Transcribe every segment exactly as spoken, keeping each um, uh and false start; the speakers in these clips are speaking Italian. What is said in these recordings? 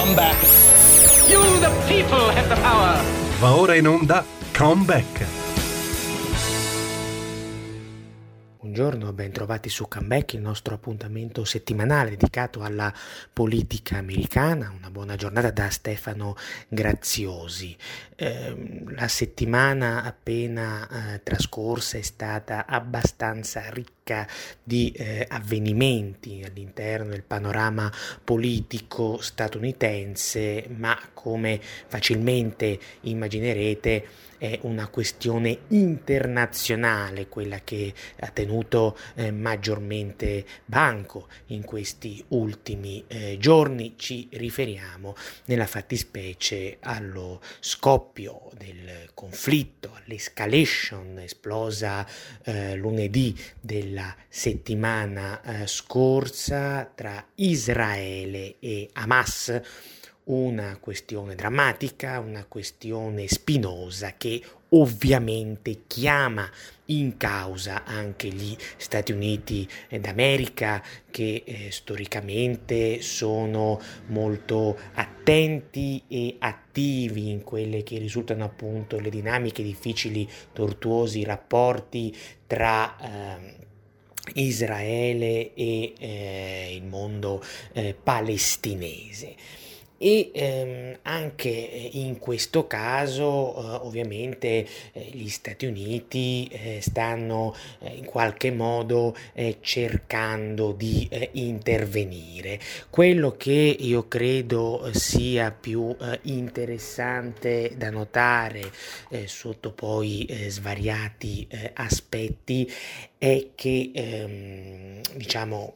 Comeback. You the people have the power. Va ora in onda Comeback. Buongiorno, ben trovati su Comeback, il nostro appuntamento settimanale dedicato alla politica americana. Una buona giornata da Stefano Graziosi. Eh, la settimana appena eh, trascorsa è stata abbastanza ricca di eh, avvenimenti all'interno del panorama politico statunitense, ma come facilmente immaginerete è una questione internazionale quella che ha tenuto eh, maggiormente banco in questi ultimi eh, giorni. Ci riferiamo nella fattispecie allo scoppio del conflitto, all'escalation esplosa eh, lunedì della settimana eh, scorsa tra Israele e Hamas. Una questione drammatica, una questione spinosa che ovviamente chiama in causa anche gli Stati Uniti d'America, che eh, storicamente sono molto attenti e attivi in quelle che risultano appunto le dinamiche difficili, tortuosi rapporti tra eh, Israele e eh, il mondo eh, palestinese. E ehm, anche in questo caso eh, ovviamente eh, gli Stati Uniti eh, stanno eh, in qualche modo eh, cercando di eh, intervenire. Quello che io credo sia più eh, interessante da notare eh, sotto poi eh, svariati eh, aspetti è che ehm, diciamo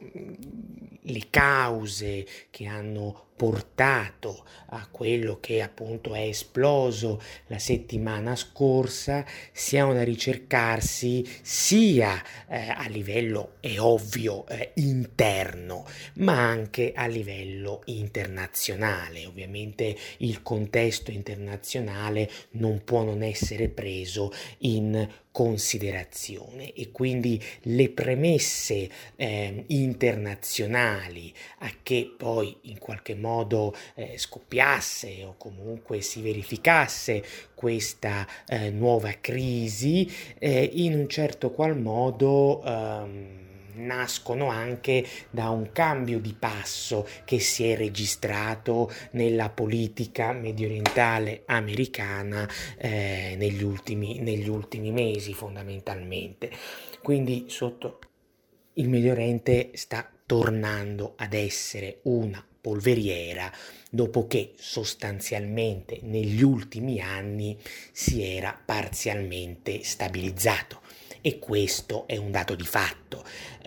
le cause che hanno portato a quello che appunto è esploso la settimana scorsa siano da ricercarsi sia eh, a livello, è ovvio, eh, interno, ma anche a livello internazionale. Ovviamente il contesto internazionale non può non essere preso in considerazione e quindi le premesse eh, internazionali a che poi in qualche modo eh, scoppiasse o comunque si verificasse questa eh, nuova crisi eh, in un certo qual modo ehm, nascono anche da un cambio di passo che si è registrato nella politica mediorientale americana eh, negli ultimi, negli ultimi mesi fondamentalmente. Quindi sotto il Medio Oriente sta tornando ad essere una polveriera dopo che sostanzialmente negli ultimi anni si era parzialmente stabilizzato. E questo è un dato di fatto.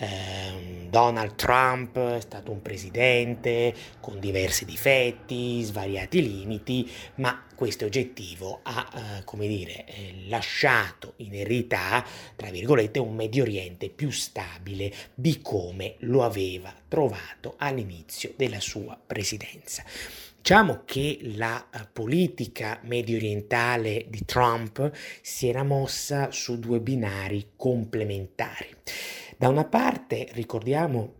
Eh, Donald Trump è stato un presidente con diversi difetti, svariati limiti, ma questo oggettivo ha, eh, come dire, eh, lasciato in eredità, tra virgolette, un Medio Oriente più stabile di come lo aveva trovato all'inizio della sua presidenza. Diciamo che la uh, politica medio orientale di Trump si era mossa su due binari complementari. Da una parte, ricordiamo,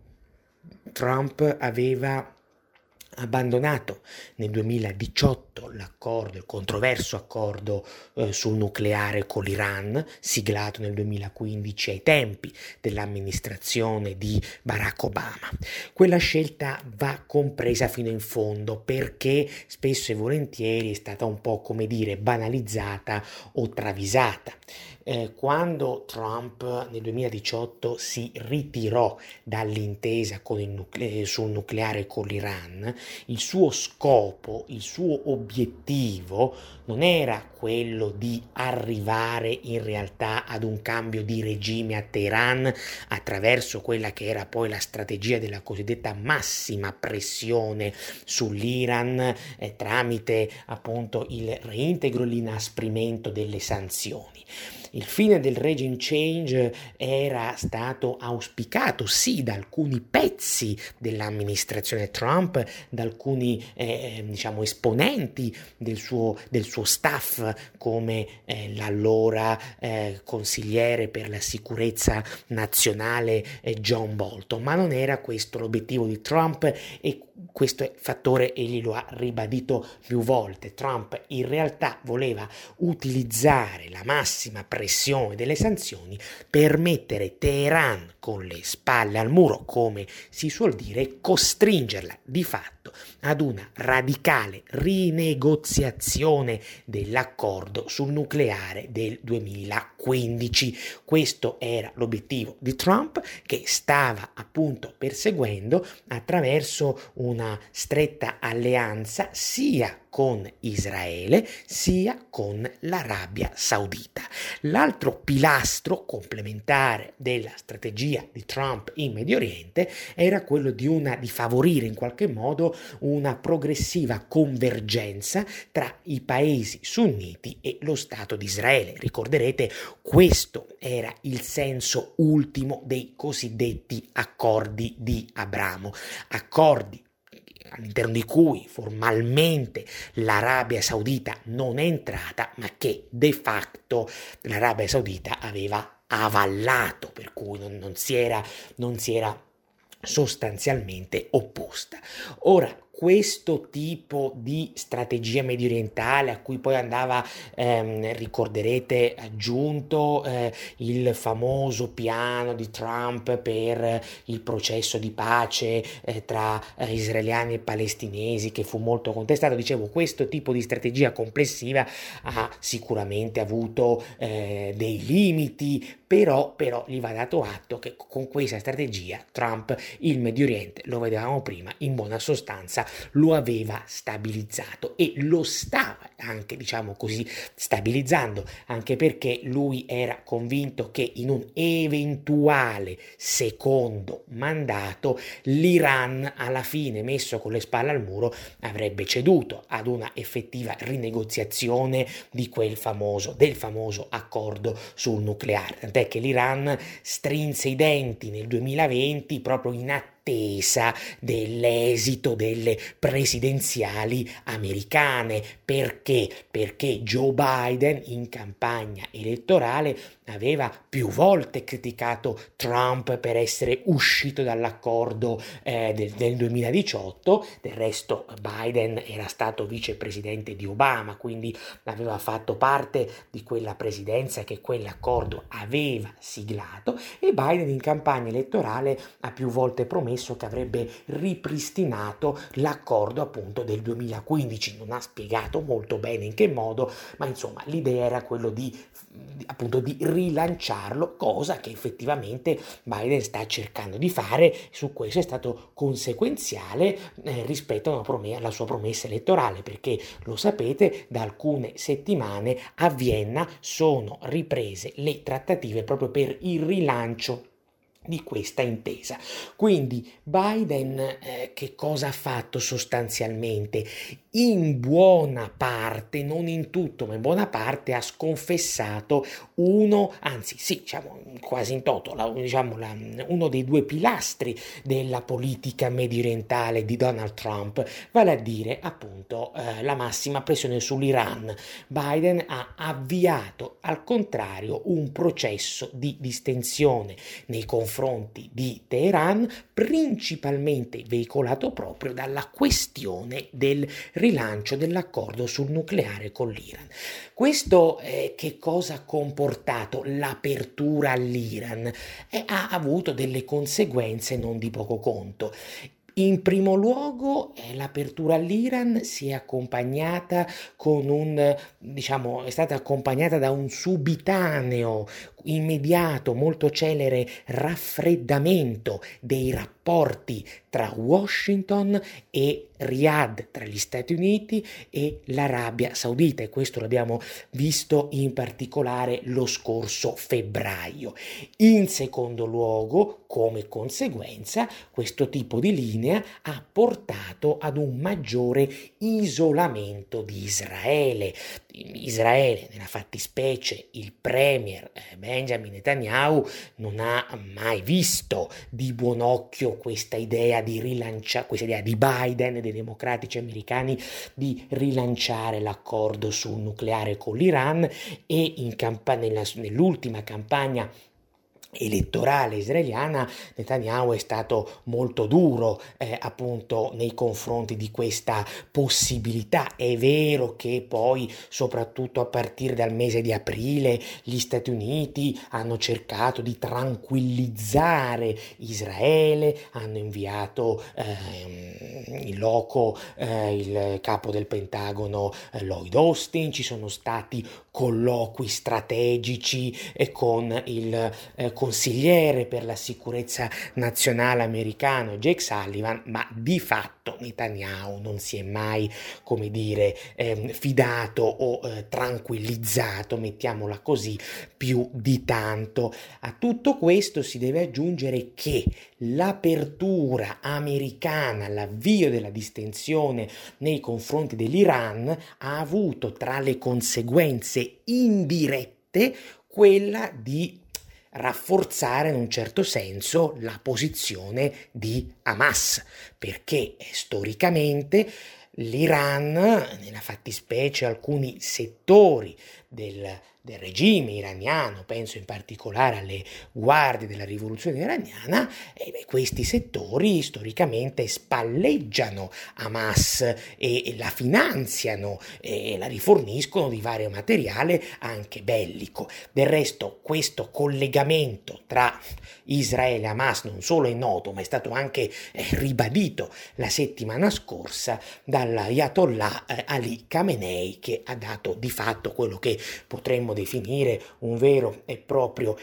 Trump aveva abbandonato nel duemiladiciotto l'accordo, il controverso accordo eh, sul nucleare con l'Iran, siglato nel duemilaquindici ai tempi dell'amministrazione di Barack Obama. Quella scelta va compresa fino in fondo perché spesso e volentieri è stata un po', come dire, banalizzata o travisata. Eh, quando Trump nel duemiladiciotto si ritirò dall'intesa con il nucle- sul nucleare con l'Iran, il suo scopo, il suo obiettivo non era quello di arrivare in realtà ad un cambio di regime a Teheran attraverso quella che era poi la strategia della cosiddetta massima pressione sull'Iran eh, tramite appunto il reintegro e l'inasprimento delle sanzioni. Il fine del regime change era stato auspicato sì da alcuni pezzi dell'amministrazione Trump, da alcuni eh, diciamo esponenti del suo, del suo staff, come eh, l'allora eh, consigliere per la sicurezza nazionale eh, John Bolton, ma non era questo l'obiettivo di Trump, e questo fattore egli lo ha ribadito più volte. Trump in realtà voleva utilizzare la massima pressione delle sanzioni per mettere Teheran con le spalle al muro, come si suol dire, e costringerla di fatto ad una radicale rinegoziazione dell'accordo sul nucleare del duemilaquindici. Questo era l'obiettivo di Trump, che stava appunto perseguendo attraverso una stretta alleanza sia con Israele sia con l'Arabia Saudita. L'altro pilastro complementare della strategia di Trump in Medio Oriente era quello di, una, di favorire in qualche modo una progressiva convergenza tra i paesi sunniti e lo Stato di Israele. Ricorderete, questo era il senso ultimo dei cosiddetti accordi di Abramo, accordi all'interno di cui formalmente l'Arabia Saudita non è entrata, ma che de facto l'Arabia Saudita aveva avallato, per cui non, non si era, non si era sostanzialmente opposta. Ora, questo tipo di strategia mediorientale, a cui poi andava, ehm, ricorderete, aggiunto eh, il famoso piano di Trump per il processo di pace eh, tra eh, israeliani e palestinesi, che fu molto contestato. Dicevo, questo tipo di strategia complessiva ha sicuramente avuto eh, dei limiti, però, però gli va dato atto che con questa strategia Trump il Medio Oriente, lo vedevamo prima, in buona sostanza lo aveva stabilizzato, e lo stava anche, diciamo così, stabilizzando, anche perché lui era convinto che in un eventuale secondo mandato l'Iran, alla fine messo con le spalle al muro, avrebbe ceduto ad una effettiva rinegoziazione di quel famoso, del famoso accordo sul nucleare, tant'è che l'Iran strinse i denti nel duemilaventi proprio in attesa dell'esito delle presidenziali americane. Perché? Perché Joe Biden in campagna elettorale aveva più volte criticato Trump per essere uscito dall'accordo eh, del, del duemiladiciotto. Del resto Biden era stato vicepresidente di Obama, quindi aveva fatto parte di quella presidenza che quell'accordo aveva siglato, e Biden in campagna elettorale ha più volte promesso che avrebbe ripristinato l'accordo appunto del duemilaquindici. Non ha spiegato molto bene in che modo, ma insomma l'idea era quello di appunto di rilanciarlo, cosa che effettivamente Biden sta cercando di fare. Su questo è stato conseguenziale eh, rispetto a una prom- alla sua promessa elettorale, perché lo sapete, da alcune settimane a Vienna sono riprese le trattative proprio per il rilancio di questa intesa. Quindi Biden eh, che cosa ha fatto sostanzialmente? In buona parte, non in tutto, ma in buona parte ha sconfessato uno, anzi sì, diciamo quasi in toto, la, diciamo la, uno dei due pilastri della politica mediorientale di Donald Trump, vale a dire appunto eh, la massima pressione sull'Iran. Biden ha avviato al contrario un processo di distensione nei confronti di Teheran, principalmente veicolato proprio dalla questione del rilancio dell'accordo sul nucleare con l'Iran. Questo eh, che cosa ha comportato l'apertura all'Iran? Eh, ha avuto delle conseguenze non di poco conto. In primo luogo eh, l'apertura all'Iran si è accompagnata con un, diciamo, è stata accompagnata da un subitaneo, immediato, molto celere raffreddamento dei rapporti tra Washington e Riyadh, tra gli Stati Uniti e l'Arabia Saudita, e questo l'abbiamo visto in particolare lo scorso febbraio. In secondo luogo, come conseguenza, questo tipo di linea ha portato ad un maggiore isolamento di Israele. Israele, nella fattispecie il premier Benjamin Netanyahu, non ha mai visto di buon occhio questa idea di rilanciare, questa idea di Biden e dei democratici americani di rilanciare l'accordo sul nucleare con l'Iran, e in camp- nella, nell'ultima campagna elettorale israeliana Netanyahu è stato molto duro eh, appunto nei confronti di questa possibilità. È vero che poi, soprattutto a partire dal mese di aprile, gli Stati Uniti hanno cercato di tranquillizzare Israele, hanno inviato eh, in loco eh, il capo del Pentagono eh, Lloyd Austin, ci sono stati colloqui strategici eh, con il eh, consigliere per la sicurezza nazionale americano Jake Sullivan, ma di fatto Netanyahu non si è mai, come dire, eh, fidato o eh, tranquillizzato, mettiamola così, più di tanto. A tutto questo si deve aggiungere che l'apertura americana, l'avvio della distensione nei confronti dell'Iran ha avuto tra le conseguenze indirette quella di rafforzare in un certo senso la posizione di Hamas, perché storicamente l'Iran, nella fattispecie alcuni settori del, del regime iraniano, penso in particolare alle guardie della rivoluzione iraniana, e beh, questi settori storicamente spalleggiano Hamas e, e la finanziano e la riforniscono di vario materiale anche bellico. Del resto questo collegamento tra Israele e Hamas non solo è noto, ma è stato anche eh, ribadito la settimana scorsa dall'Ayatollah eh, Ali Khamenei, che ha dato di fatto quello che potremmo definire un vero e proprio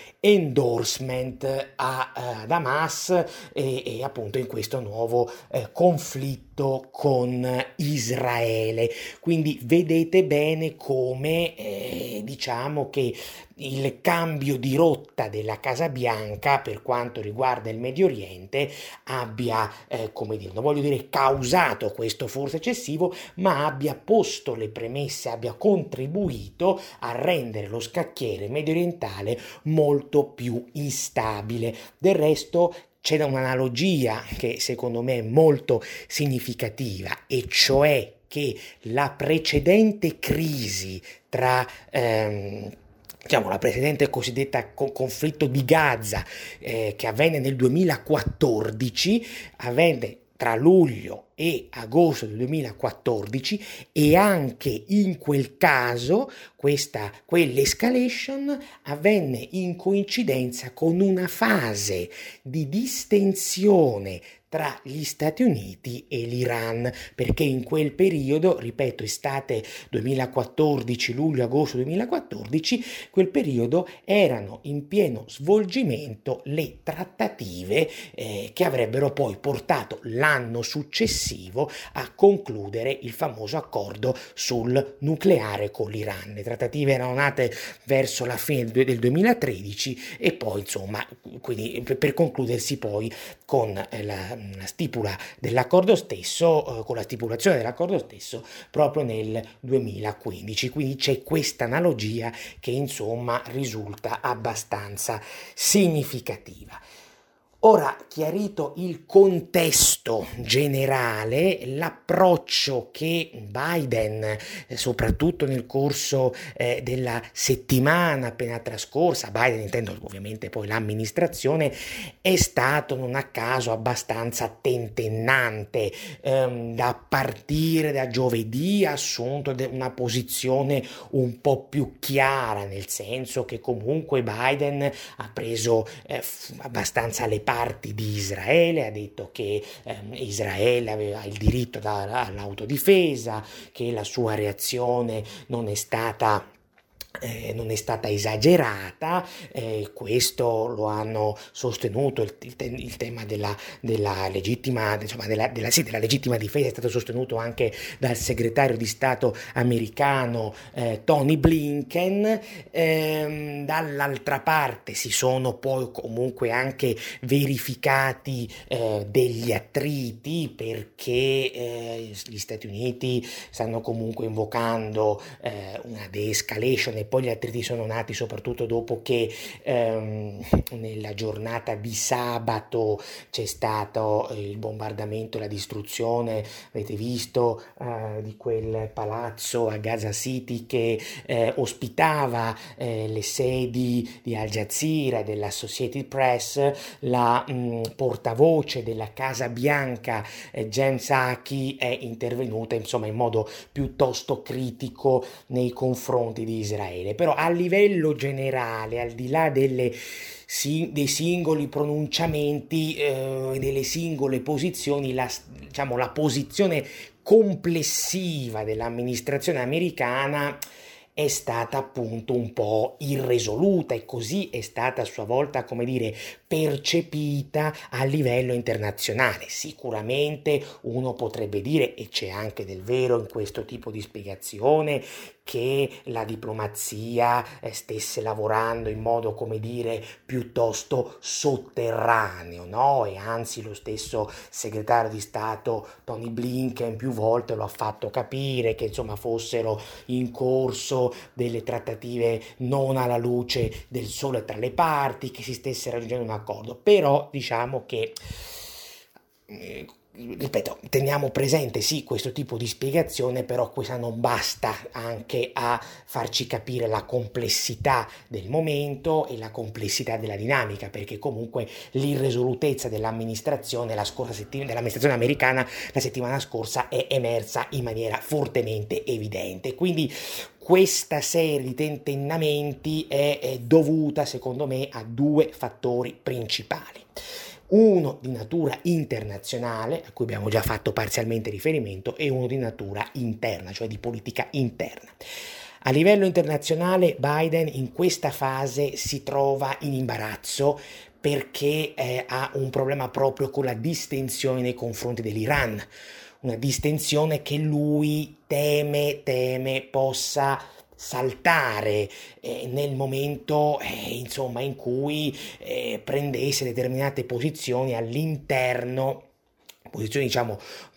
endorsement a, ad Hamas e, e appunto in questo nuovo eh, conflitto con Israele. Quindi vedete bene come eh, diciamo che il cambio di rotta della Casa Bianca per quanto riguarda il Medio Oriente abbia, eh, come dire, non voglio dire causato questo forse eccessivo, ma abbia posto le premesse, abbia contribuito a rendere lo scacchiere medio orientale molto più instabile. Del resto c'è un'analogia che secondo me è molto significativa, e cioè che la precedente crisi tra ehm, diciamo la precedente cosiddetta conflitto di Gaza eh, che avvenne nel duemilaquattordici, avvenne tra luglio e agosto del duemilaquattordici, e anche in quel caso questa quell'escalation avvenne in coincidenza con una fase di distensione tra gli Stati Uniti e l'Iran, perché in quel periodo, ripeto, estate duemilaquattordici, luglio-agosto duemilaquattordici, quel periodo erano in pieno svolgimento le trattative eh, che avrebbero poi portato l'anno successivo a concludere il famoso accordo sul nucleare con l'Iran. Le trattative erano nate verso la fine del duemilatredici e poi, insomma, quindi per concludersi poi con la la stipula dell'accordo stesso, eh, con la stipulazione dell'accordo stesso proprio nel duemilaquindici. Quindi c'è questa analogia che insomma risulta abbastanza significativa. Ora, chiarito il contesto generale, l'approccio che Biden, eh, soprattutto nel corso eh, della settimana appena trascorsa, Biden intendo ovviamente poi l'amministrazione, è stato non a caso abbastanza tentennante. Ehm, da partire da giovedì ha assunto una posizione un po' più chiara, nel senso che comunque Biden ha preso eh, abbastanza le parti di Israele, ha detto che eh, Israele aveva il diritto da, all'autodifesa, che la sua reazione non è stata Eh, non è stata esagerata, eh, questo lo hanno sostenuto, il, il, il tema della, della legittima, insomma, della, della, sì, della legittima difesa è stato sostenuto anche dal segretario di Stato americano eh, Tony Blinken. Eh, dall'altra parte si sono poi comunque anche verificati eh, degli attriti, perché eh, gli Stati Uniti stanno comunque invocando eh, una de-escalation, e poi gli attriti sono nati soprattutto dopo che ehm, nella giornata di sabato c'è stato il bombardamento e la distruzione, avete visto, eh, di quel palazzo a Gaza City che eh, ospitava eh, le sedi di Al Jazeera e della Associated Press. La mh, portavoce della Casa Bianca, eh, Jen Psaki, è intervenuta insomma in modo piuttosto critico nei confronti di Israele. Però a livello generale, al di là delle, sì, dei singoli pronunciamenti e eh, delle singole posizioni, la, diciamo, la posizione complessiva dell'amministrazione americana è stata appunto un po' irresoluta, e così è stata a sua volta, come dire, percepita a livello internazionale. Sicuramente uno potrebbe dire, e c'è anche del vero in questo tipo di spiegazione, che la diplomazia stesse lavorando in modo, come dire, piuttosto sotterraneo, no? E anzi lo stesso segretario di Stato Tony Blinken più volte lo ha fatto capire, che insomma fossero in corso delle trattative non alla luce del sole tra le parti, che si stesse raggiungendo un accordo. Però diciamo che eh, ripeto, teniamo presente sì questo tipo di spiegazione, però questa non basta anche a farci capire la complessità del momento e la complessità della dinamica, perché comunque l'irresolutezza dell'amministrazione la scorsa settimana, dell'amministrazione americana la settimana scorsa è emersa in maniera fortemente evidente. Quindi questa serie di tentennamenti è, è dovuta, secondo me, a due fattori principali. Uno di natura internazionale, a cui abbiamo già fatto parzialmente riferimento, e uno di natura interna, cioè di politica interna. A livello internazionale Biden in questa fase si trova in imbarazzo, perché eh, ha un problema proprio con la distensione nei confronti dell'Iran, una distensione che lui teme, teme possa saltare eh, nel momento eh, insomma in cui eh, prendesse determinate posizioni all'interno, posizioni diciamo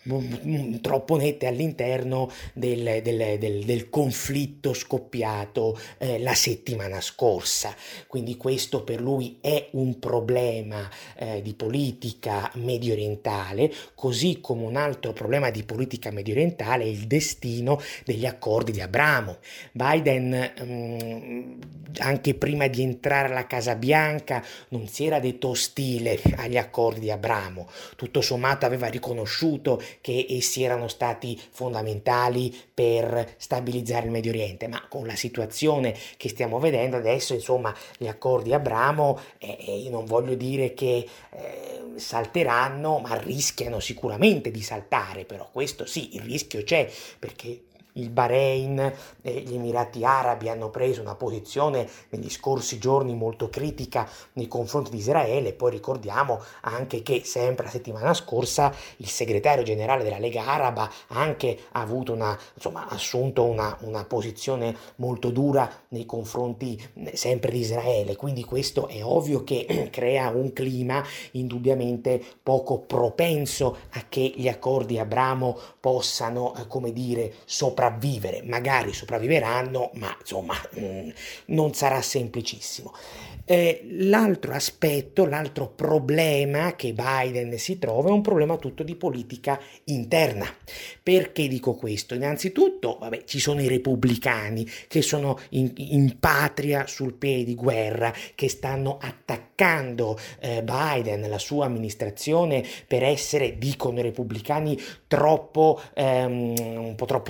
troppo nette all'interno del, del, del, del conflitto scoppiato eh, la settimana scorsa. Quindi questo per lui è un problema eh, di politica medio orientale, così come un altro problema di politica medio orientale è il destino degli accordi di Abramo. Biden mh, anche prima di entrare alla Casa Bianca non si era detto ostile agli accordi di Abramo, tutto sommato aveva riconosciuto che essi erano stati fondamentali per stabilizzare il Medio Oriente, ma con la situazione che stiamo vedendo adesso, insomma, gli accordi Abramo, eh, io non voglio dire che eh, salteranno, ma rischiano sicuramente di saltare. Però questo sì, il rischio c'è, perché il Bahrain e gli Emirati Arabi hanno preso una posizione negli scorsi giorni molto critica nei confronti di Israele. Poi ricordiamo anche che sempre la settimana scorsa il segretario generale della Lega Araba ha anche avuto una, insomma, assunto una, una posizione molto dura nei confronti sempre di Israele. Quindi questo è ovvio che crea un clima indubbiamente poco propenso a che gli accordi Abramo possano, eh, come dire, sopravvivere. Magari sopravviveranno, ma insomma mh, non sarà semplicissimo. Eh, l'altro aspetto, l'altro problema che Biden si trova è un problema tutto di politica interna. Perché dico questo? Innanzitutto, vabbè, ci sono i repubblicani che sono in, in patria sul piede di guerra, che stanno attaccando eh, Biden, la sua amministrazione, per essere, dicono i repubblicani, troppo, ehm, un po' troppo scoloriti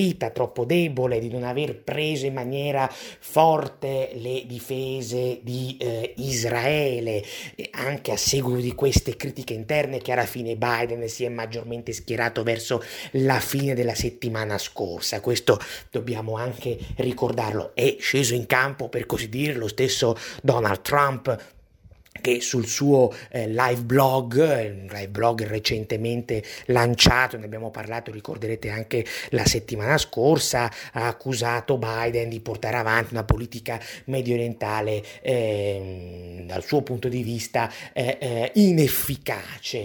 indebolita, troppo debole, di non aver preso in maniera forte le difese di eh, Israele, e anche a seguito di queste critiche interne che alla fine Biden si è maggiormente schierato verso la fine della settimana scorsa. Questo dobbiamo anche ricordarlo. È sceso in campo, per così dire, lo stesso Donald Trump, che sul suo eh, live blog, un live blog recentemente lanciato, ne abbiamo parlato, ricorderete anche la settimana scorsa, ha accusato Biden di portare avanti una politica mediorientale eh, dal suo punto di vista eh, eh, inefficace.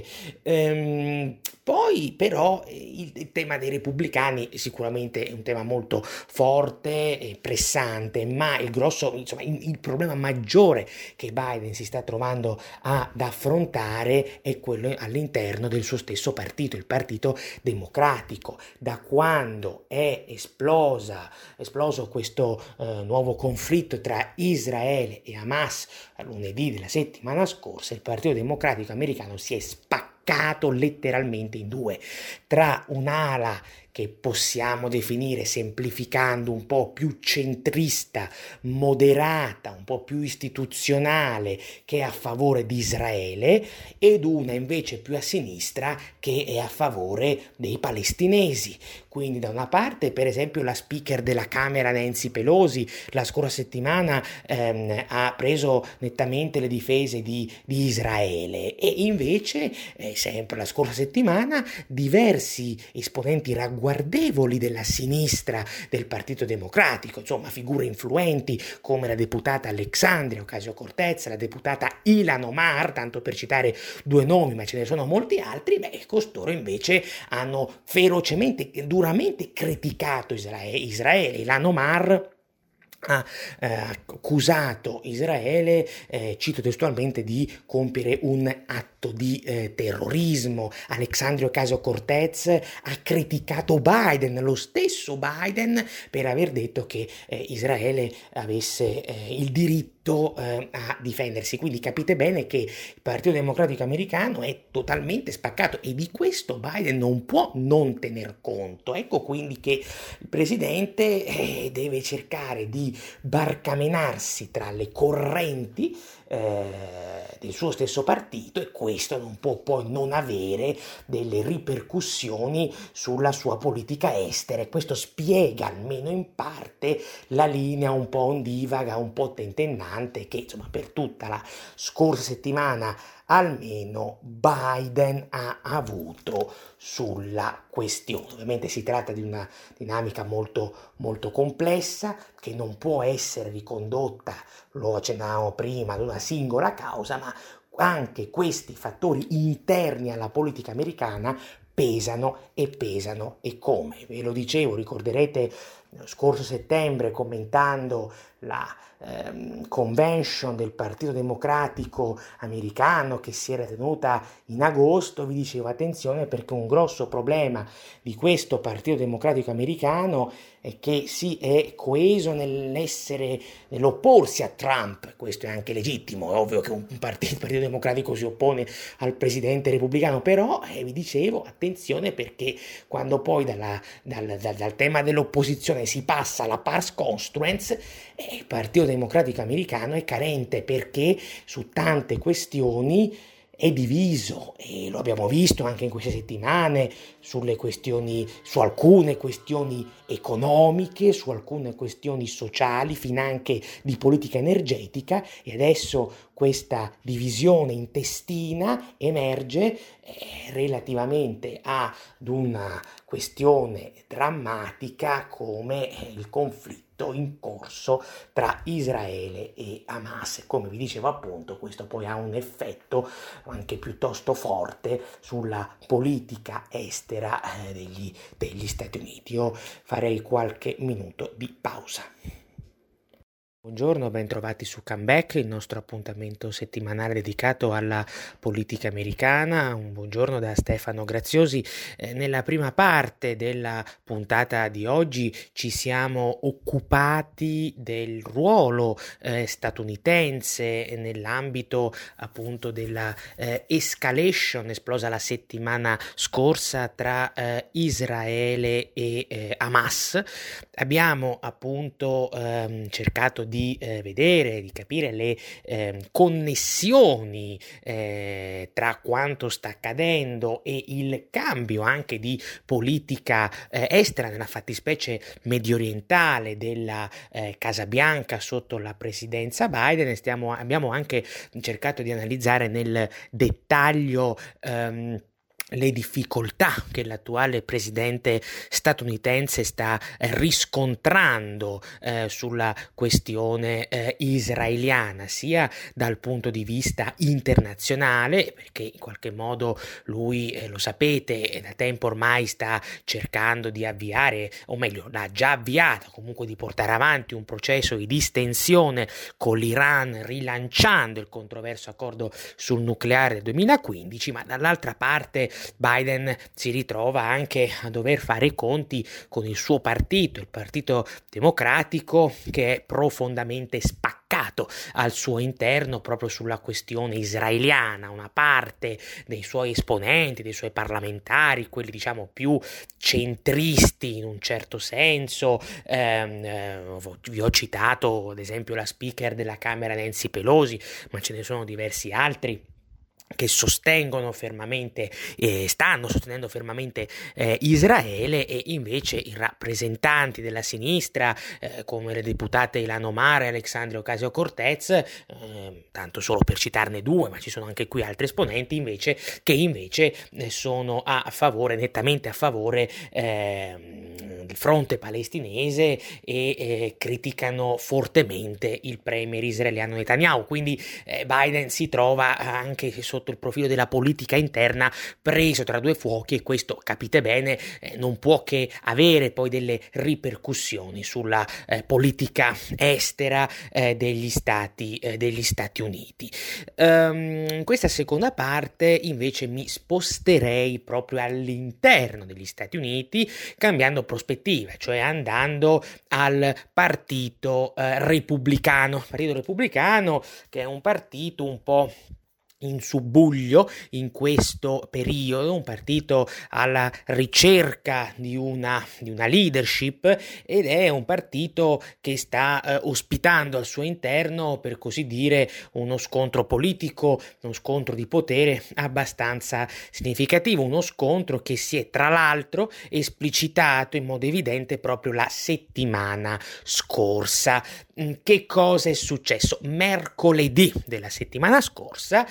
Ehm, Poi però il, il tema dei repubblicani sicuramente è un tema molto forte e pressante, ma il grosso, insomma, il, il problema maggiore che Biden si sta trovando ad affrontare è quello all'interno del suo stesso partito, il Partito Democratico. Da quando è esplosa, esploso questo eh, nuovo conflitto tra Israele e Hamas a lunedì della settimana scorsa, il Partito Democratico americano si è spaccato letteralmente in due, tra un'ala che possiamo definire, semplificando, un po' più centrista, moderata, un po' più istituzionale, che è a favore di Israele, ed una invece più a sinistra che è a favore dei palestinesi. Quindi da una parte, per esempio, la speaker della Camera Nancy Pelosi la scorsa settimana ehm, ha preso nettamente le difese di, di Israele, e invece eh, sempre la scorsa settimana diversi esponenti ragguardevoli della sinistra del Partito Democratico, insomma figure influenti come la deputata Alexandria Ocasio-Cortez, la deputata Ilhan Omar, tanto per citare due nomi, ma ce ne sono molti altri, beh, costoro invece hanno ferocemente, duramente criticato Israele. Israele. Ilhan Omar ha eh, accusato Israele, eh, cito testualmente, di compiere un atto di eh, terrorismo. Alexandria Ocasio-Cortez ha criticato Biden, lo stesso Biden, per aver detto che eh, Israele avesse eh, il diritto eh, a difendersi. Quindi capite bene che il Partito Democratico americano è totalmente spaccato, e di questo Biden non può non tener conto. Ecco quindi che il presidente eh, deve cercare di barcamenarsi tra le correnti eh, del suo stesso partito, e questo non può poi non avere delle ripercussioni sulla sua politica estera, e questo spiega almeno in parte la linea un po' ondivaga, un po' tentennante che insomma per tutta la scorsa settimana almeno Biden ha avuto sulla questione. Ovviamente si tratta di una dinamica molto molto complessa, che non può essere ricondotta, lo accennavamo prima, ad una singola causa, ma anche questi fattori interni alla politica americana pesano e pesano e come. Ve lo dicevo, ricorderete lo scorso settembre, commentando la ehm, convention del Partito Democratico americano che si era tenuta in agosto, vi dicevo attenzione, perché un grosso problema di questo Partito Democratico americano è che si è coeso nell'essere, nell'opporsi a Trump. Questo è anche legittimo, è ovvio che un partito, il Partito Democratico si oppone al presidente repubblicano, però eh, vi dicevo attenzione, perché quando poi dalla, dal, dal, dal tema dell'opposizione si passa alla pars construens, eh, il Partito Democratico americano è carente, perché su tante questioni è diviso, e lo abbiamo visto anche in queste settimane sulle questioni, su alcune questioni economiche, su alcune questioni sociali, finanche di politica energetica, e adesso questa divisione intestina emerge eh, relativamente ad una questione drammatica come il conflitto in corso tra Israele e Hamas. Come vi dicevo appunto, questo poi ha un effetto anche piuttosto forte sulla politica estera eh, degli, degli Stati Uniti. Io farei qualche minuto di pausa. Buongiorno, ben trovati su Comeback, il nostro appuntamento settimanale dedicato alla politica americana. Un buongiorno da Stefano Graziosi. Eh, nella prima parte della puntata di oggi ci siamo occupati del ruolo eh, statunitense nell'ambito appunto della eh, escalation esplosa la settimana scorsa tra eh, Israele e eh, Hamas. Abbiamo appunto ehm, cercato di di eh, vedere, di capire le eh, connessioni eh, tra quanto sta accadendo e il cambio anche di politica eh, estera, nella fattispecie mediorientale della eh, Casa Bianca sotto la presidenza Biden. Stiamo, abbiamo anche cercato di analizzare nel dettaglio ehm, le difficoltà che l'attuale presidente statunitense sta eh, riscontrando eh, sulla questione eh, israeliana, sia dal punto di vista internazionale, perché in qualche modo lui, eh, lo sapete, da tempo ormai sta cercando di avviare, o meglio, l'ha già avviato, comunque di portare avanti un processo di distensione con l'Iran, rilanciando il controverso accordo sul nucleare del duemilaquindici, ma dall'altra parte Biden si ritrova anche a dover fare i conti con il suo partito, il Partito Democratico, che è profondamente spaccato al suo interno proprio sulla questione israeliana. Una parte dei suoi esponenti, dei suoi parlamentari, quelli diciamo più centristi in un certo senso, ehm, eh, vi ho citato ad esempio la speaker della Camera Nancy Pelosi, ma ce ne sono diversi altri che sostengono fermamente, eh, stanno sostenendo fermamente eh, Israele, e invece i rappresentanti della sinistra, eh, come le deputate Ilhan Omar e Alexandria Ocasio-Cortez, eh, tanto solo per citarne due, ma ci sono anche qui altri esponenti invece, che invece eh, sono a favore, nettamente a favore eh, del fronte palestinese, e eh, criticano fortemente il premier israeliano Netanyahu. Quindi eh, Biden si trova anche sotto il profilo della politica interna preso tra due fuochi, e questo, capite bene, eh, non può che avere poi delle ripercussioni sulla eh, politica estera eh, degli Stati eh, degli Stati Uniti. Um, in questa seconda parte invece mi sposterei proprio all'interno degli Stati Uniti, cambiando prospettiva, cioè andando al partito eh, repubblicano, partito repubblicano che è un partito un po' in subbuglio in questo periodo, un partito alla ricerca di una, di una leadership, ed è un partito che sta eh, ospitando al suo interno, per così dire, uno scontro politico, uno scontro di potere abbastanza significativo, uno scontro che si è tra l'altro esplicitato in modo evidente proprio la settimana scorsa. Che cosa è successo? Mercoledì della settimana scorsa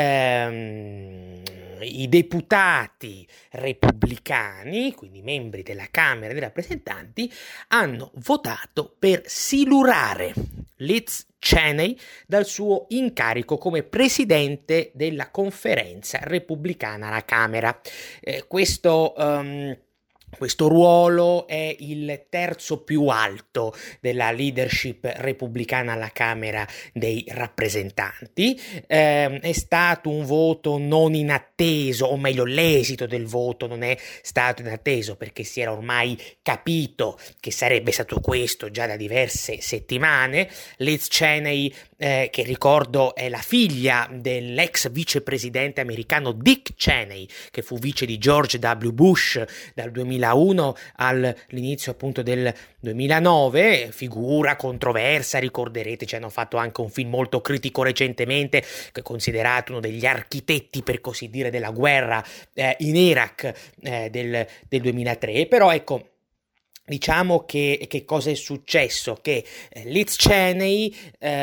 ehm, i deputati repubblicani, quindi membri della Camera dei rappresentanti, hanno votato per silurare Liz Cheney dal suo incarico come presidente della conferenza repubblicana alla Camera. Eh, questo um, Questo ruolo è il terzo più alto della leadership repubblicana alla Camera dei rappresentanti. Eh, è stato un voto non inatteso, o meglio l'esito del voto non è stato inatteso, perché si era ormai capito che sarebbe stato questo già da diverse settimane. Liz Cheney, eh, che ricordo è la figlia dell'ex vicepresidente americano Dick Cheney, che fu vice di George W. Bush dal duemilauno all'inizio appunto del duemilanove, figura controversa, ricorderete, ci hanno fatto anche un film molto critico recentemente, che è considerato uno degli architetti, per così dire, della guerra eh, in Iraq eh, del, del duemilatré. Però ecco, diciamo che, che cosa è successo? Che eh, Liz Cheney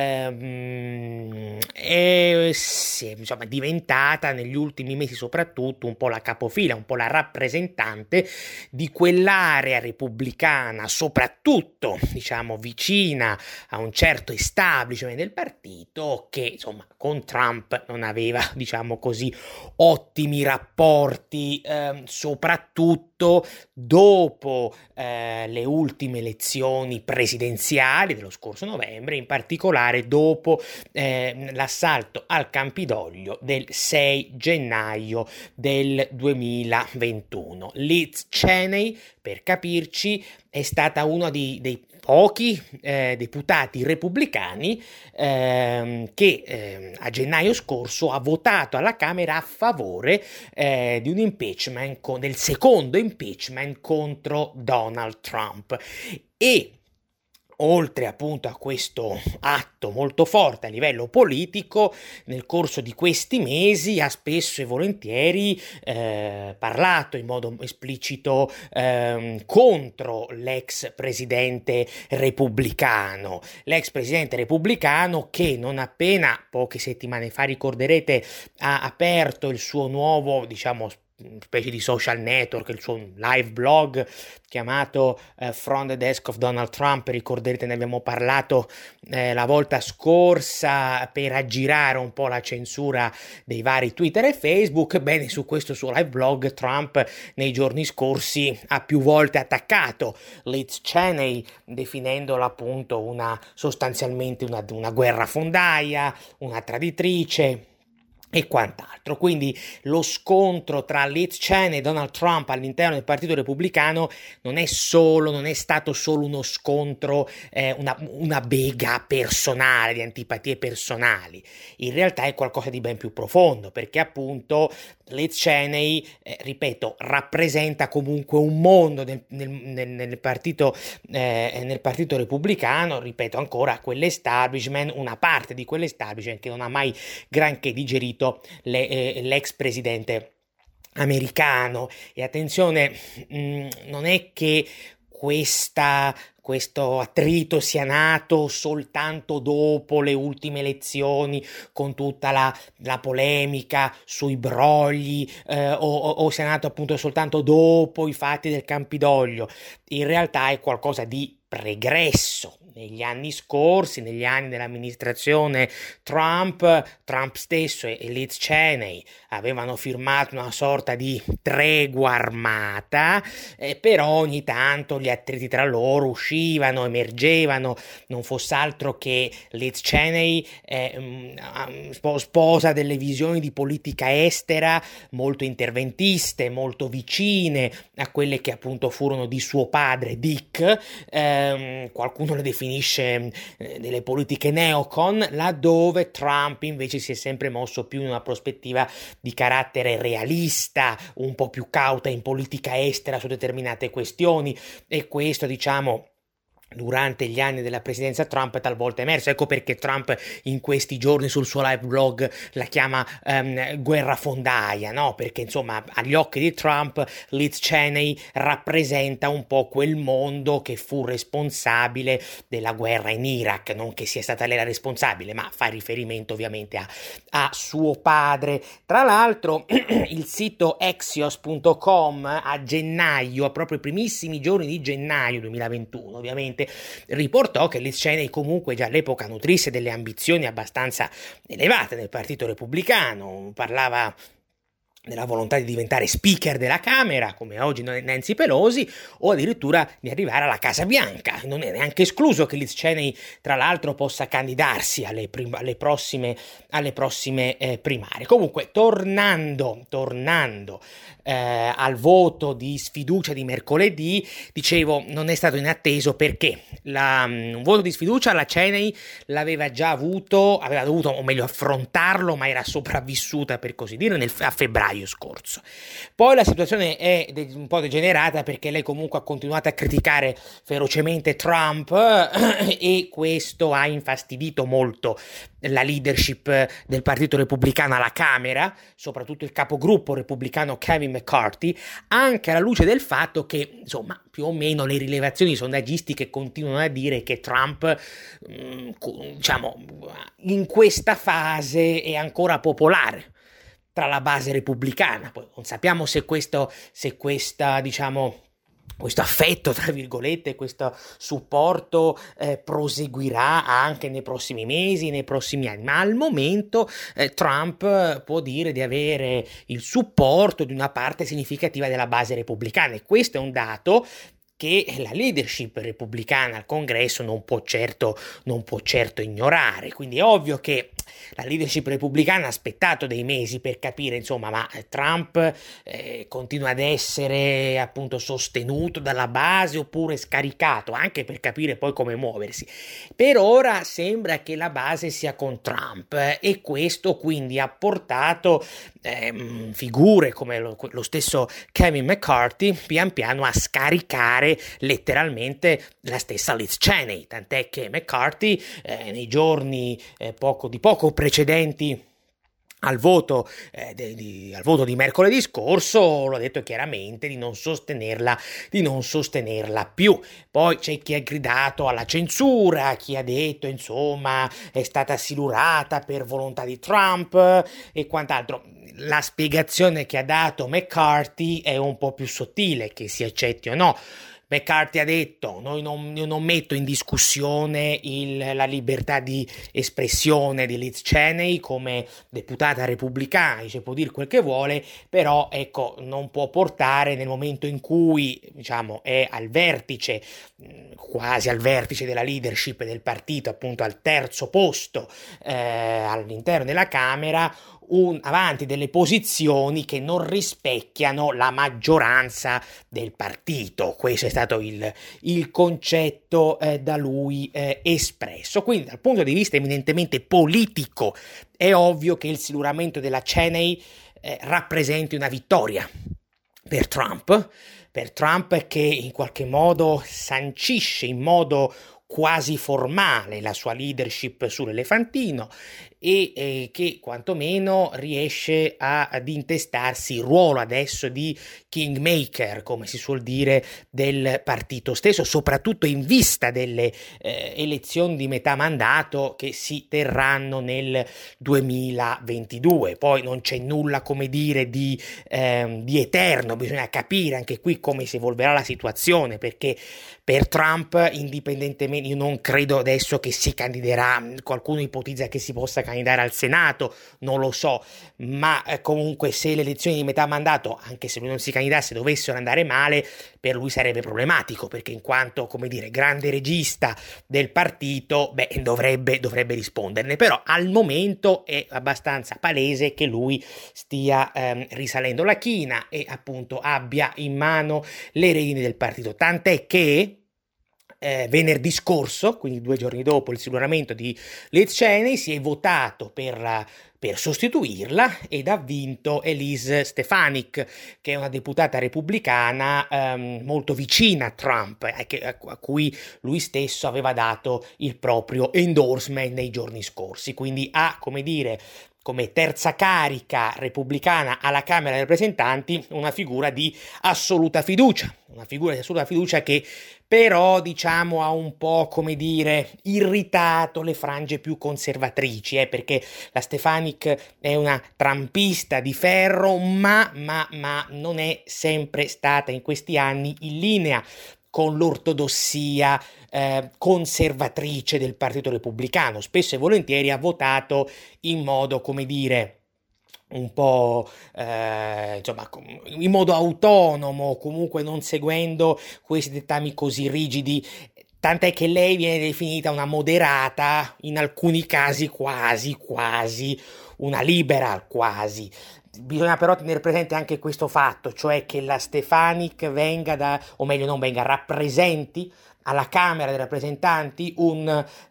ehm, è, sì, insomma, diventata negli ultimi mesi soprattutto un po' la capofila, un po' la rappresentante di quell'area repubblicana, soprattutto diciamo vicina a un certo establishment del partito, che insomma con Trump non aveva, diciamo così, ottimi rapporti, ehm, soprattutto dopo eh, eh, le ultime elezioni presidenziali dello scorso novembre, in particolare dopo eh, l'assalto al Campidoglio del sei gennaio del duemilaventuno. Liz Cheney, per capirci, è stata uno di, dei pochi eh, deputati repubblicani ehm, che eh, a gennaio scorso ha votato alla Camera a favore eh, di un impeachment, con, del secondo impeachment contro Donald Trump. E oltre appunto a questo atto molto forte a livello politico, nel corso di questi mesi ha spesso e volentieri eh, parlato in modo esplicito eh, contro l'ex presidente repubblicano. L'ex presidente repubblicano che non appena, poche settimane fa ricorderete, ha aperto il suo nuovo, diciamo, specie di social network, il suo live blog chiamato uh, From the Desk of Donald Trump. Ricorderete, ne abbiamo parlato eh, la volta scorsa, per aggirare un po' la censura dei vari Twitter e Facebook. Bene, su questo suo live blog Trump nei giorni scorsi ha più volte attaccato Liz Cheney, definendola appunto una sostanzialmente una, una guerrafondaia, una traditrice e quant'altro. Quindi lo scontro tra Liz Cheney e Donald Trump all'interno del Partito Repubblicano non è solo, non è stato solo uno scontro, eh, una, una bega personale, di antipatie personali. In realtà è qualcosa di ben più profondo, perché appunto Liz Cheney, eh, ripeto, rappresenta comunque un mondo nel, nel, nel, nel, partito, eh, nel Partito Repubblicano, ripeto ancora, quell'establishment, una parte di quell'establishment che non ha mai granché digerito le, eh, l'ex presidente americano. E attenzione, mh, non è che questa questo attrito sia nato soltanto dopo le ultime elezioni, con tutta la, la polemica sui brogli, eh, o, o sia nato appunto soltanto dopo i fatti del Campidoglio. In realtà è qualcosa di pregresso. Negli anni scorsi, negli anni dell'amministrazione Trump, Trump stesso e Liz Cheney avevano firmato una sorta di tregua armata, eh, però ogni tanto gli attriti tra loro uscivano, emergevano, non fosse altro che Liz Cheney, eh, sposa delle visioni di politica estera molto interventiste, molto vicine a quelle che appunto furono di suo padre Dick, eh, qualcuno le definisce finisce delle politiche neocon, laddove Trump invece si è sempre mosso più in una prospettiva di carattere realista, un po' più cauta in politica estera su determinate questioni, e questo, diciamo, durante gli anni della presidenza Trump è talvolta emerso. Ecco perché Trump in questi giorni sul suo live blog la chiama um, guerrafondaia, no? Perché insomma agli occhi di Trump Liz Cheney rappresenta un po' quel mondo che fu responsabile della guerra in Iraq, non che sia stata lei la responsabile, ma fa riferimento ovviamente a, a suo padre. Tra l'altro il sito Axios punto com a gennaio, proprio i primissimi giorni di gennaio duemilaventuno, ovviamente riportò che Liz Cheney comunque già all'epoca nutrisse delle ambizioni abbastanza elevate nel Partito Repubblicano. Parlava della volontà di diventare speaker della Camera, come oggi Nancy Pelosi, o addirittura di arrivare alla Casa Bianca. Non è neanche escluso che Liz Cheney, tra l'altro, possa candidarsi alle, prim- alle prossime, alle prossime eh, primarie. Comunque, tornando, tornando eh, al voto di sfiducia di mercoledì, dicevo, non è stato inatteso perché la, um, un voto di sfiducia la Cheney l'aveva già avuto, aveva dovuto, o meglio, affrontarlo, ma era sopravvissuta, per così dire, nel, a febbraio scorso. Poi la situazione è de- un po' degenerata, perché lei comunque ha continuato a criticare ferocemente Trump e questo ha infastidito molto la leadership del Partito Repubblicano alla Camera, soprattutto il capogruppo repubblicano Kevin McCarthy, anche alla luce del fatto che, insomma, più o meno le rilevazioni sondaggistiche continuano a dire che Trump, diciamo, in questa fase è ancora popolare tra la base repubblicana. Poi non sappiamo se questo, se questa, diciamo, questo affetto, tra virgolette, questo supporto eh, proseguirà anche nei prossimi mesi, nei prossimi anni, ma al momento eh, Trump può dire di avere il supporto di una parte significativa della base repubblicana, e questo è un dato che la leadership repubblicana al Congresso non può certo, non può certo ignorare. Quindi è ovvio che la leadership repubblicana ha aspettato dei mesi per capire, insomma, ma Trump eh, continua ad essere appunto sostenuto dalla base oppure scaricato, anche per capire poi come muoversi. Per ora sembra che la base sia con Trump eh, e questo quindi ha portato eh, figure come lo, lo stesso Kevin McCarthy pian piano a scaricare letteralmente la stessa Liz Cheney, tant'è che McCarthy eh, nei giorni eh, poco di poco precedenti al voto, eh, di, di, al voto di mercoledì scorso lo ha detto chiaramente di non sostenerla, di non sostenerla più. Poi c'è chi ha gridato alla censura, chi ha detto insomma è stata silurata per volontà di Trump e quant'altro. La spiegazione che ha dato McCarthy è un po' più sottile, che si accetti o no. McCarthy ha detto: noi non, io non metto in discussione il, la libertà di espressione di Liz Cheney come deputata repubblicana, dice può dire quel che vuole, però ecco non può portare nel momento in cui diciamo è al vertice, quasi al vertice della leadership del partito, appunto al terzo posto eh, all'interno della Camera, Un, avanti delle posizioni che non rispecchiano la maggioranza del partito. Questo è stato il, il concetto eh, da lui eh, espresso. Quindi dal punto di vista eminentemente politico è ovvio che il siluramento della Cheney eh, rappresenti una vittoria per Trump, per Trump che in qualche modo sancisce in modo quasi formale la sua leadership sull'elefantino e eh, che quantomeno riesce a, ad intestarsi il ruolo adesso di kingmaker, come si suol dire, del partito stesso, soprattutto in vista delle eh, elezioni di metà mandato che si terranno nel duemilaventidue. Poi non c'è nulla, come dire, di, eh, di eterno, bisogna capire anche qui come si evolverà la situazione, perché per Trump, indipendentemente, io non credo adesso che si candiderà, qualcuno ipotizza che si possa candidare al Senato, non lo so, ma eh, comunque se le elezioni di metà mandato, anche se lui non si candidasse, dovessero andare male, per lui sarebbe problematico, perché in quanto, come dire, grande regista del partito, beh, dovrebbe, dovrebbe risponderne, però al momento è abbastanza palese che lui stia ehm, risalendo la china e appunto abbia in mano le redini del partito, tant'è che Eh, venerdì scorso, quindi due giorni dopo il siluramento di Liz Cheney, si è votato per, per sostituirla ed ha vinto Elise Stefanik, che è una deputata repubblicana ehm, molto vicina a Trump, eh, che, a, a cui lui stesso aveva dato il proprio endorsement nei giorni scorsi, quindi ha, come dire, come terza carica repubblicana alla Camera dei rappresentanti una figura di assoluta fiducia, una figura di assoluta fiducia che però diciamo ha un po', come dire, irritato le frange più conservatrici, eh, perché la Stefanik è una trumpista di ferro, ma, ma, ma non è sempre stata in questi anni in linea con l'ortodossia eh, conservatrice del Partito Repubblicano. Spesso e volentieri ha votato in modo, come dire, un po' eh, insomma in modo autonomo, comunque non seguendo questi dettami così rigidi, tant'è che lei viene definita una moderata, in alcuni casi quasi quasi una liberal quasi. Bisogna però tenere presente anche questo fatto, cioè che la Stefanik venga da, o meglio non venga, rappresenti alla Camera dei rappresentanti un,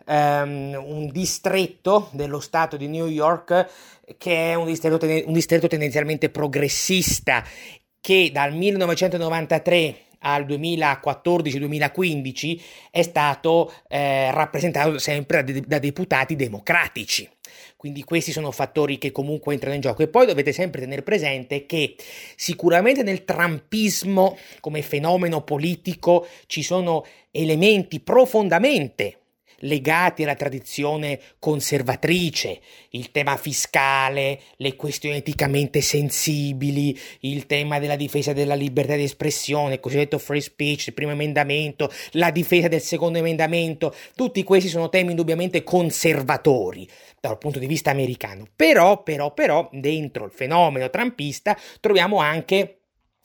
um, un distretto dello stato di New York che è un distretto, un distretto tendenzialmente progressista, che dal millenovecentonovantatré al duemilaquattordici duemilaquindici è stato eh, rappresentato sempre da, de- da deputati democratici. Quindi questi sono fattori che comunque entrano in gioco. E poi dovete sempre tenere presente che sicuramente nel trumpismo come fenomeno politico ci sono elementi profondamente legati alla tradizione conservatrice, il tema fiscale, le questioni eticamente sensibili, il tema della difesa della libertà di espressione, il cosiddetto free speech, il primo emendamento, la difesa del secondo emendamento, tutti questi sono temi indubbiamente conservatori dal punto di vista americano. Però, però, però, dentro il fenomeno trumpista troviamo anche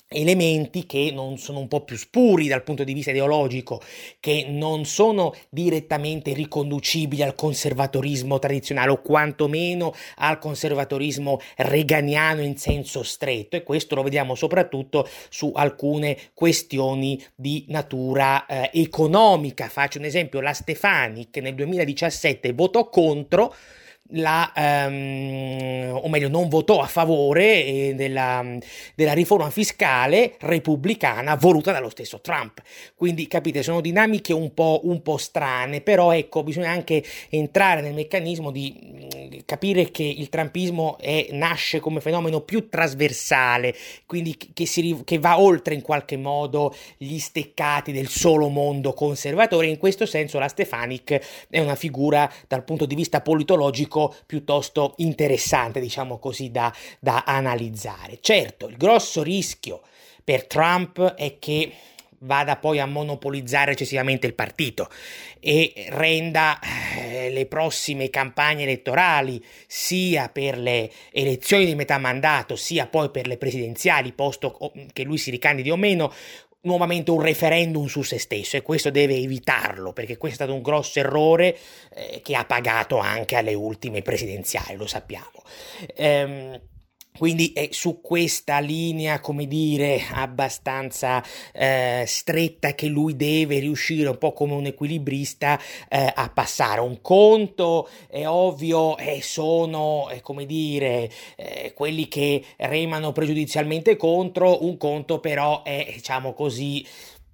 elementi che non sono un po' più spuri dal punto di vista ideologico, che non sono direttamente riconducibili al conservatorismo tradizionale o quantomeno al conservatorismo reganiano in senso stretto, e questo lo vediamo soprattutto su alcune questioni di natura eh, economica. Faccio un esempio: la Stefanik nel duemiladiciassette votò contro la, um, o meglio non votò a favore eh, della, della riforma fiscale repubblicana voluta dallo stesso Trump. Quindi capite, sono dinamiche un po', un po' strane, però ecco, bisogna anche entrare nel meccanismo di mh, capire che il trumpismo è, nasce come fenomeno più trasversale, quindi che, si, che va oltre in qualche modo gli steccati del solo mondo conservatore. In questo senso la Stefanik è una figura dal punto di vista politologico piuttosto interessante, diciamo così, da, da analizzare. Certo, il grosso rischio per Trump è che vada poi a monopolizzare eccessivamente il partito e renda eh, le prossime campagne elettorali, sia per le elezioni di metà mandato sia poi per le presidenziali, posto che lui si ricandidi o meno, nuovamente un referendum su se stesso, e questo deve evitarlo, perché questo è stato un grosso errore eh, che ha pagato anche alle ultime presidenziali, lo sappiamo. Ehm, Quindi è su questa linea, come dire, abbastanza eh, stretta che lui deve riuscire, un po' come un equilibrista, eh, a passare. Un conto, è ovvio, eh, sono, eh, come dire, eh, quelli che remano pregiudizialmente contro, un conto però è, diciamo così,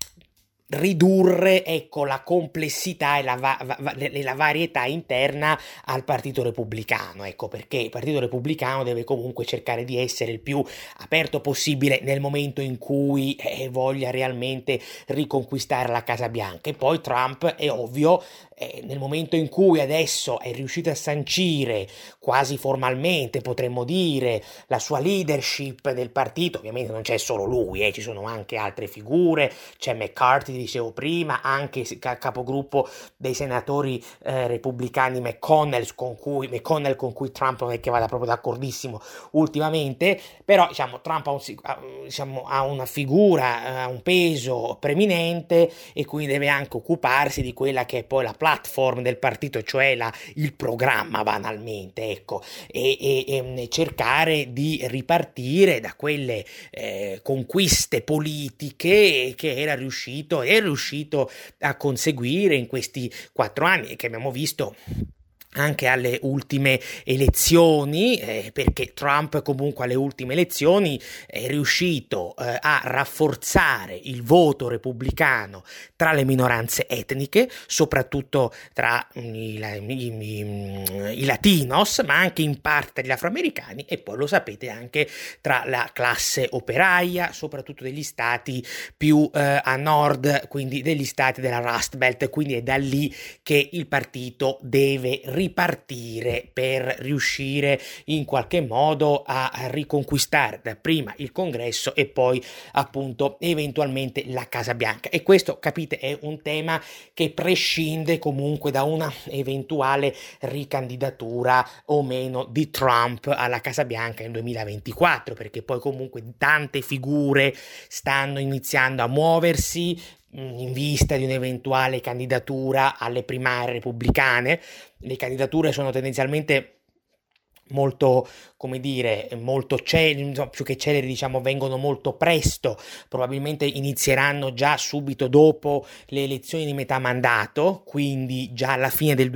ridurre, ecco, la complessità e la, va- va- la varietà interna al Partito Repubblicano, ecco perché il Partito Repubblicano deve comunque cercare di essere il più aperto possibile nel momento in cui eh, voglia realmente riconquistare la Casa Bianca. E poi Trump, è ovvio, eh, nel momento in cui adesso è riuscito a sancire quasi formalmente, potremmo dire, la sua leadership del partito, ovviamente non c'è solo lui, eh, ci sono anche altre figure, c'è McCarthy, dicevo prima, anche capogruppo dei senatori eh, repubblicani McConnell, con cui, McConnell con cui Trump non è che vada proprio d'accordissimo ultimamente, però diciamo Trump ha, un, diciamo, ha una figura, ha un peso preminente, e quindi deve anche occuparsi di quella che è poi la platform del partito, cioè la, il programma banalmente, ecco, e, e, e cercare di ripartire da quelle eh, conquiste politiche che era riuscito è riuscito a conseguire in questi quattro anni, e che abbiamo visto anche alle ultime elezioni, eh, perché Trump comunque alle ultime elezioni è riuscito eh, a rafforzare il voto repubblicano tra le minoranze etniche, soprattutto tra i, i, i, i latinos, ma anche in parte gli afroamericani, e poi lo sapete anche tra la classe operaia, soprattutto degli stati più eh, a nord, quindi degli stati della Rust Belt. Quindi è da lì che il partito deve ripartire per riuscire in qualche modo a riconquistare dapprima il Congresso e poi appunto eventualmente la Casa Bianca. E questo, capite, è un tema che prescinde comunque da una eventuale ricandidatura o meno di Trump alla Casa Bianca nel duemilaventiquattro, perché poi comunque tante figure stanno iniziando a muoversi in vista di un'eventuale candidatura alle primarie repubblicane. Le candidature sono tendenzialmente molto, come dire, molto celeri, più che celeri, diciamo, vengono molto presto, probabilmente inizieranno già subito dopo le elezioni di metà mandato, quindi già alla fine del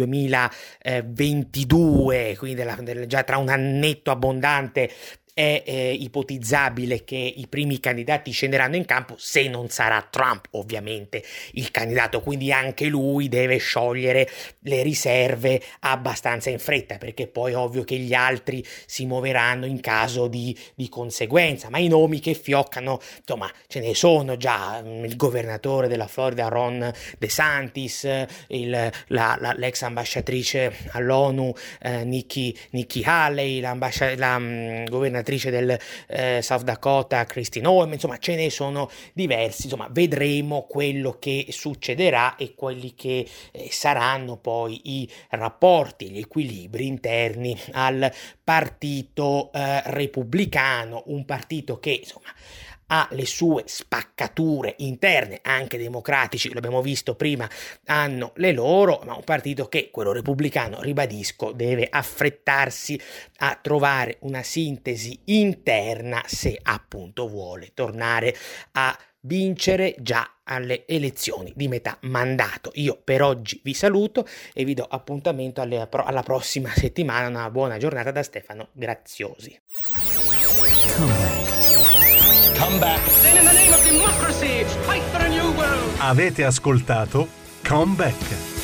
duemilaventidue, quindi della, del, già tra un annetto abbondante è eh, ipotizzabile che i primi candidati scenderanno in campo, se non sarà Trump ovviamente il candidato, quindi anche lui deve sciogliere le riserve abbastanza in fretta, perché poi è ovvio che gli altri si muoveranno in caso di, di conseguenza. Ma i nomi che fioccano, insomma, ce ne sono già: il governatore della Florida Ron DeSantis, il, la, la, l'ex ambasciatrice all'ONU eh, Nikki, Nikki Haley, l'ambascia- la um, governatrice del eh, South Dakota Christine Noem, insomma ce ne sono diversi. Insomma, vedremo quello che succederà e quelli che eh, saranno poi i rapporti, gli equilibri interni al partito eh, repubblicano, un partito che insomma ha le sue spaccature interne, anche democratici, l'abbiamo visto prima, hanno le loro, ma un partito che, quello repubblicano, ribadisco, deve affrettarsi a trovare una sintesi interna se appunto vuole tornare a vincere già alle elezioni di metà mandato. Io per oggi vi saluto e vi do appuntamento alle, alla prossima settimana. Una buona giornata da Stefano Graziosi. Come back. Come back. Then in the name of democracy, fight for a new world. Avete ascoltato Come Back.